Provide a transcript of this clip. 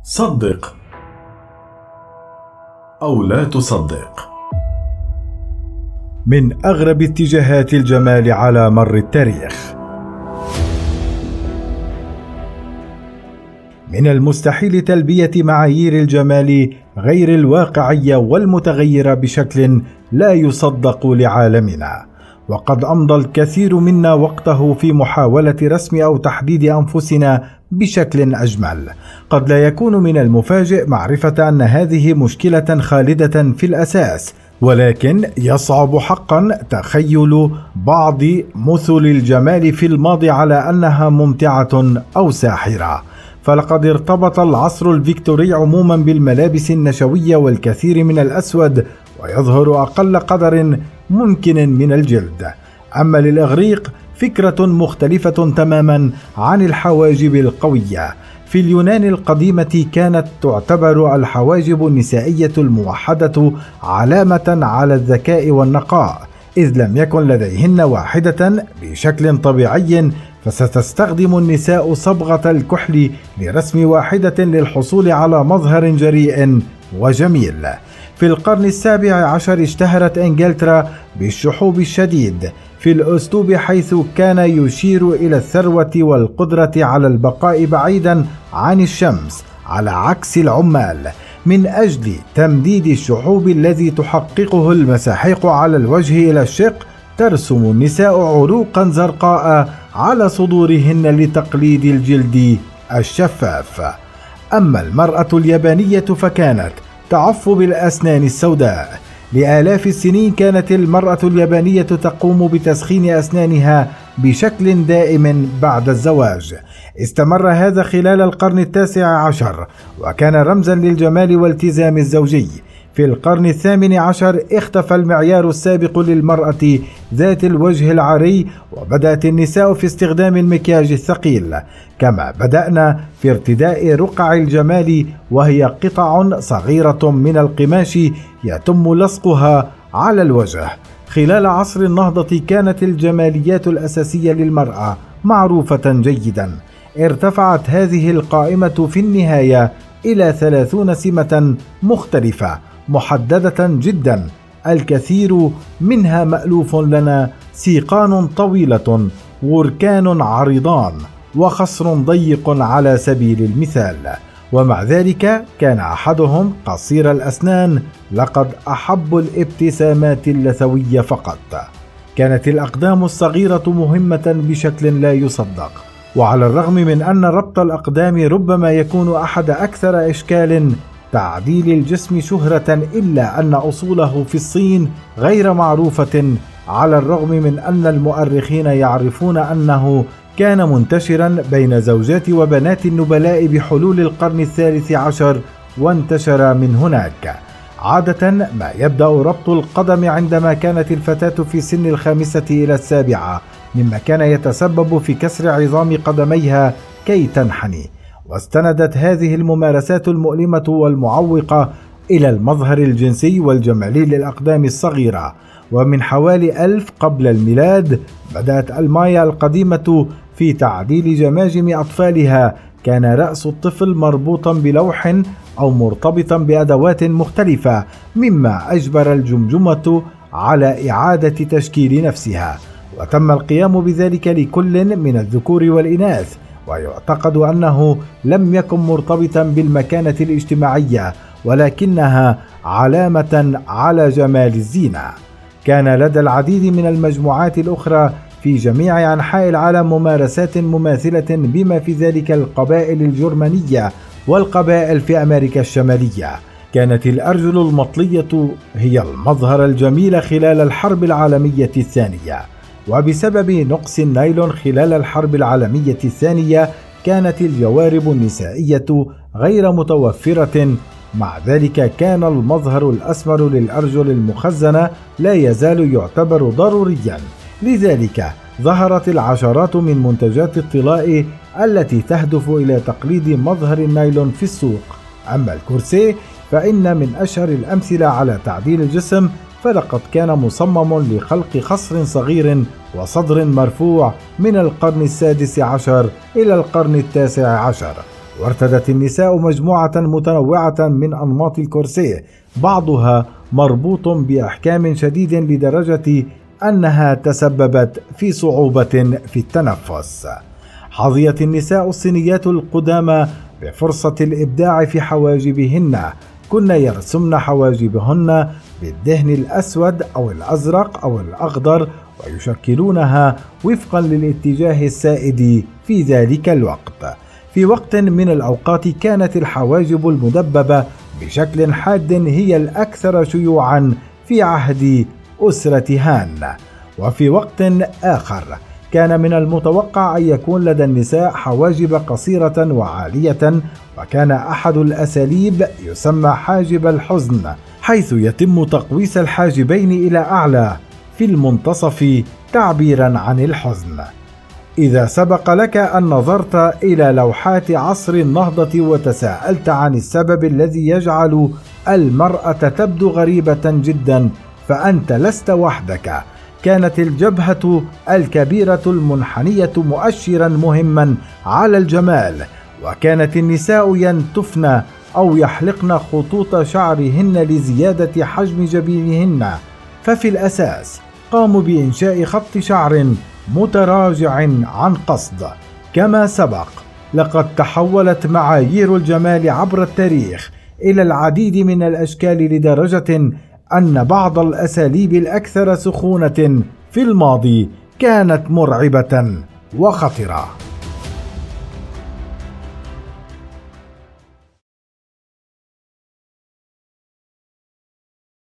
صدق أو لا تصدق. من أغرب اتجاهات الجمال على مر التاريخ. من المستحيل تلبية معايير الجمال غير الواقعية والمتغيرة بشكل لا يصدق لعالمنا، وقد أمضى الكثير منا وقته في محاولة رسم أو تحديد أنفسنا بشكل أجمل. قد لا يكون من المفاجئ معرفة أن هذه مشكلة خالدة في الأساس، ولكن يصعب حقا تخيل بعض مثل الجمال في الماضي على أنها ممتعة أو ساحرة. فلقد ارتبط العصر الفيكتوري عموما بالملابس النشوية والكثير من الأسود، ويظهر أقل قدر ممكن من الجلد. أما للإغريق فكرة مختلفة تماما عن الحواجب القوية. في اليونان القديمة كانت تعتبر الحواجب النسائية الموحدة علامة على الذكاء والنقاء، إذ لم يكن لديهن واحدة بشكل طبيعي، فستستخدم النساء صبغة الكحل لرسم واحدة للحصول على مظهر جريء وجميل. في القرن السابع عشر اشتهرت إنجلترا بالشحوب الشديد في الأسلوب، حيث كان يشير إلى الثروة والقدرة على البقاء بعيدا عن الشمس على عكس العمال. من أجل تمديد الشحوب الذي تحققه المساحيق على الوجه إلى الشق، ترسم النساء عروقا زرقاء على صدورهن لتقليد الجلد الشفاف. أما المرأة اليابانية فكانت تعف بالأسنان السوداء. لآلاف السنين كانت المرأة اليابانية تقوم بتسخين أسنانها بشكل دائم بعد الزواج. استمر هذا خلال القرن التاسع عشر، وكان رمزا للجمال والتزام الزوجي. في القرن الثامن عشر اختفى المعيار السابق للمرأة ذات الوجه العري، وبدأت النساء في استخدام المكياج الثقيل. كما بدأنا في ارتداء رقع الجمال، وهي قطع صغيرة من القماش يتم لصقها على الوجه. خلال عصر النهضة كانت الجماليات الأساسية للمرأة معروفة جيدا. ارتفعت هذه القائمة في النهاية إلى 30 سمة مختلفة محددة جدا، الكثير منها مألوف لنا: سيقان طويلة، وركان عريضان، وخصر ضيق على سبيل المثال. ومع ذلك كان أحدهم قصير الأسنان، لقد أحب الابتسامات اللثوية فقط. كانت الأقدام الصغيرة مهمة بشكل لا يصدق، وعلى الرغم من أن ربط الأقدام ربما يكون أحد أكثر إشكال تعديل الجسم شهرة، إلا أن أصوله في الصين غير معروفة، على الرغم من أن المؤرخين يعرفون أنه كان منتشرا بين زوجات وبنات النبلاء بحلول القرن الثالث عشر، وانتشر من هناك. عادة ما يبدأ ربط القدم عندما كانت الفتاة في سن 5 إلى 7، مما كان يتسبب في كسر عظام قدميها كي تنحني. واستندت هذه الممارسات المؤلمة والمعوقة إلى المظهر الجنسي والجمالي للأقدام الصغيرة. ومن حوالي 1000 قبل الميلاد بدأت ألمانيا القديمة في تعديل جماجم أطفالها. كان رأس الطفل مربوطا بلوح أو مرتبطا بأدوات مختلفة، مما أجبر الجمجمة على إعادة تشكيل نفسها، وتم القيام بذلك لكل من الذكور والإناث. ويعتقد أنه لم يكن مرتبطا بالمكانة الاجتماعية، ولكنها علامة على جمال الزينة. كان لدى العديد من المجموعات الأخرى في جميع أنحاء العالم ممارسات مماثلة، بما في ذلك القبائل الجرمانية والقبائل في أمريكا الشمالية. كانت الأرجل المطلية هي المظهر الجميل خلال الحرب العالمية الثانية، وبسبب نقص النايلون خلال الحرب العالمية الثانية كانت الجوارب النسائية غير متوفرة. مع ذلك كان المظهر الأسمر للأرجل المخزنة لا يزال يعتبر ضروريا. لذلك ظهرت العشرات من منتجات الطلاء التي تهدف إلى تقليد مظهر النايلون في السوق. أما الكورسيه فإن من أشهر الأمثلة على تعديل الجسم، فلقد كان مصمم لخلق خصر صغير وصدر مرفوع من القرن السادس عشر إلى القرن التاسع عشر. وارتدت النساء مجموعة متنوعة من أنماط الكورسيه، بعضها مربوط بأحكام شديد لدرجة أنها تسببت في صعوبة في التنفس. حظيت النساء الصينيات القدامى بفرصة الإبداع في حواجبهن، كن يرسمن حواجبهن بالدهن الأسود أو الأزرق أو الأخضر، ويشكلونها وفقا للاتجاه السائد في ذلك الوقت. في وقت من الأوقات كانت الحواجب المدببة بشكل حاد هي الأكثر شيوعا في عهد أسرة هان، وفي وقت آخر كان من المتوقع أن يكون لدى النساء حواجب قصيرة وعالية، وكان أحد الأساليب يسمى حاجب الحزن، حيث يتم تقويس الحاجبين إلى أعلى في المنتصف تعبيرا عن الحزن. إذا سبق لك أن نظرت إلى لوحات عصر النهضة وتساءلت عن السبب الذي يجعل المرأة تبدو غريبة جدا، فأنت لست وحدك. كانت الجبهة الكبيرة المنحنية مؤشرا مهما على الجمال، وكانت النساء ينتفن أو يحلقن خطوط شعرهن لزيادة حجم جبينهن، ففي الأساس قاموا بإنشاء خط شعر متراجع عن قصد. كما سبق، لقد تحولت معايير الجمال عبر التاريخ إلى العديد من الأشكال، لدرجة أن بعض الأساليب الأكثر سخونة في الماضي كانت مرعبة وخطرة.